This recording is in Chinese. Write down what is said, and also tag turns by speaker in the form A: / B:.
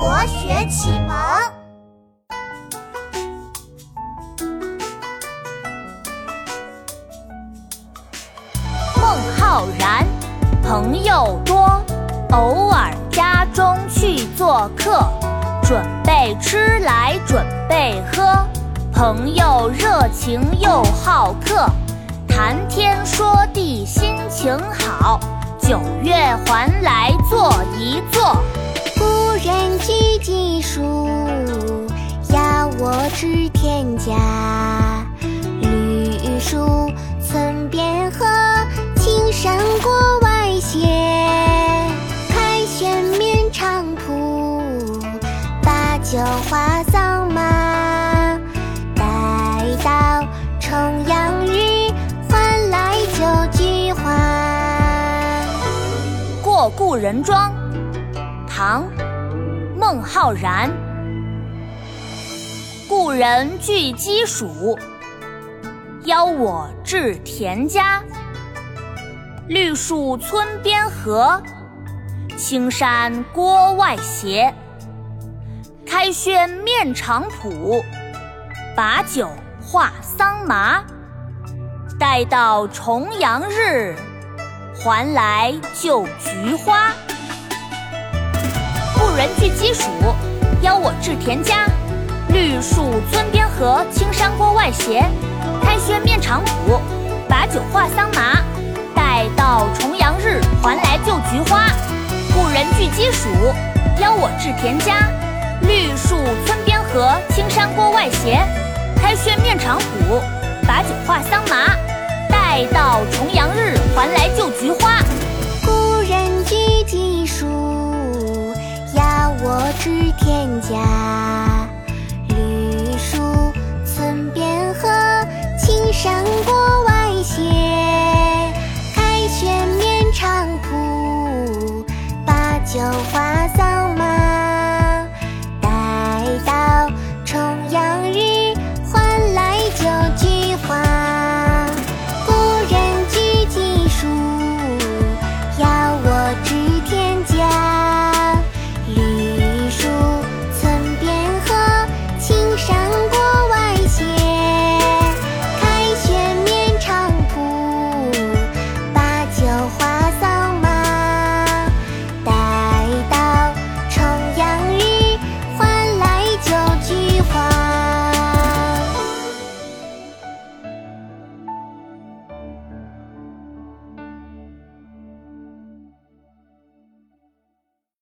A: 国学启蒙。孟浩然，朋友多，偶尔家中去做客，准备吃来准备喝，朋友热情又好客，谈天说地心情好，9月还来坐一坐。
B: 故人具鸡黍，邀我至田家。绿树村边合，青山郭外斜。开轩面场圃，把酒话桑麻。待到重阳日，还来就菊花。
A: 过故人庄，唐·孟浩然。故人具鸡黍，邀我至田家。绿树村边合，青山郭外斜。开轩面场圃，把酒话桑麻。待到重阳日，还来就菊花。故人具鸡黍，邀我至田家。绿树村边合，青山郭外斜。开轩面场圃，把酒话桑麻。待到重阳日，还来就菊花。故人具鸡黍，邀我至田家。绿树村边合，青山郭外斜。开轩面场圃，把酒话桑麻。待到重阳日，还来就菊花。
B: 故人具鸡黍，邀我至田家。绿树村边合，青山郭外斜。开轩面场圃，把酒话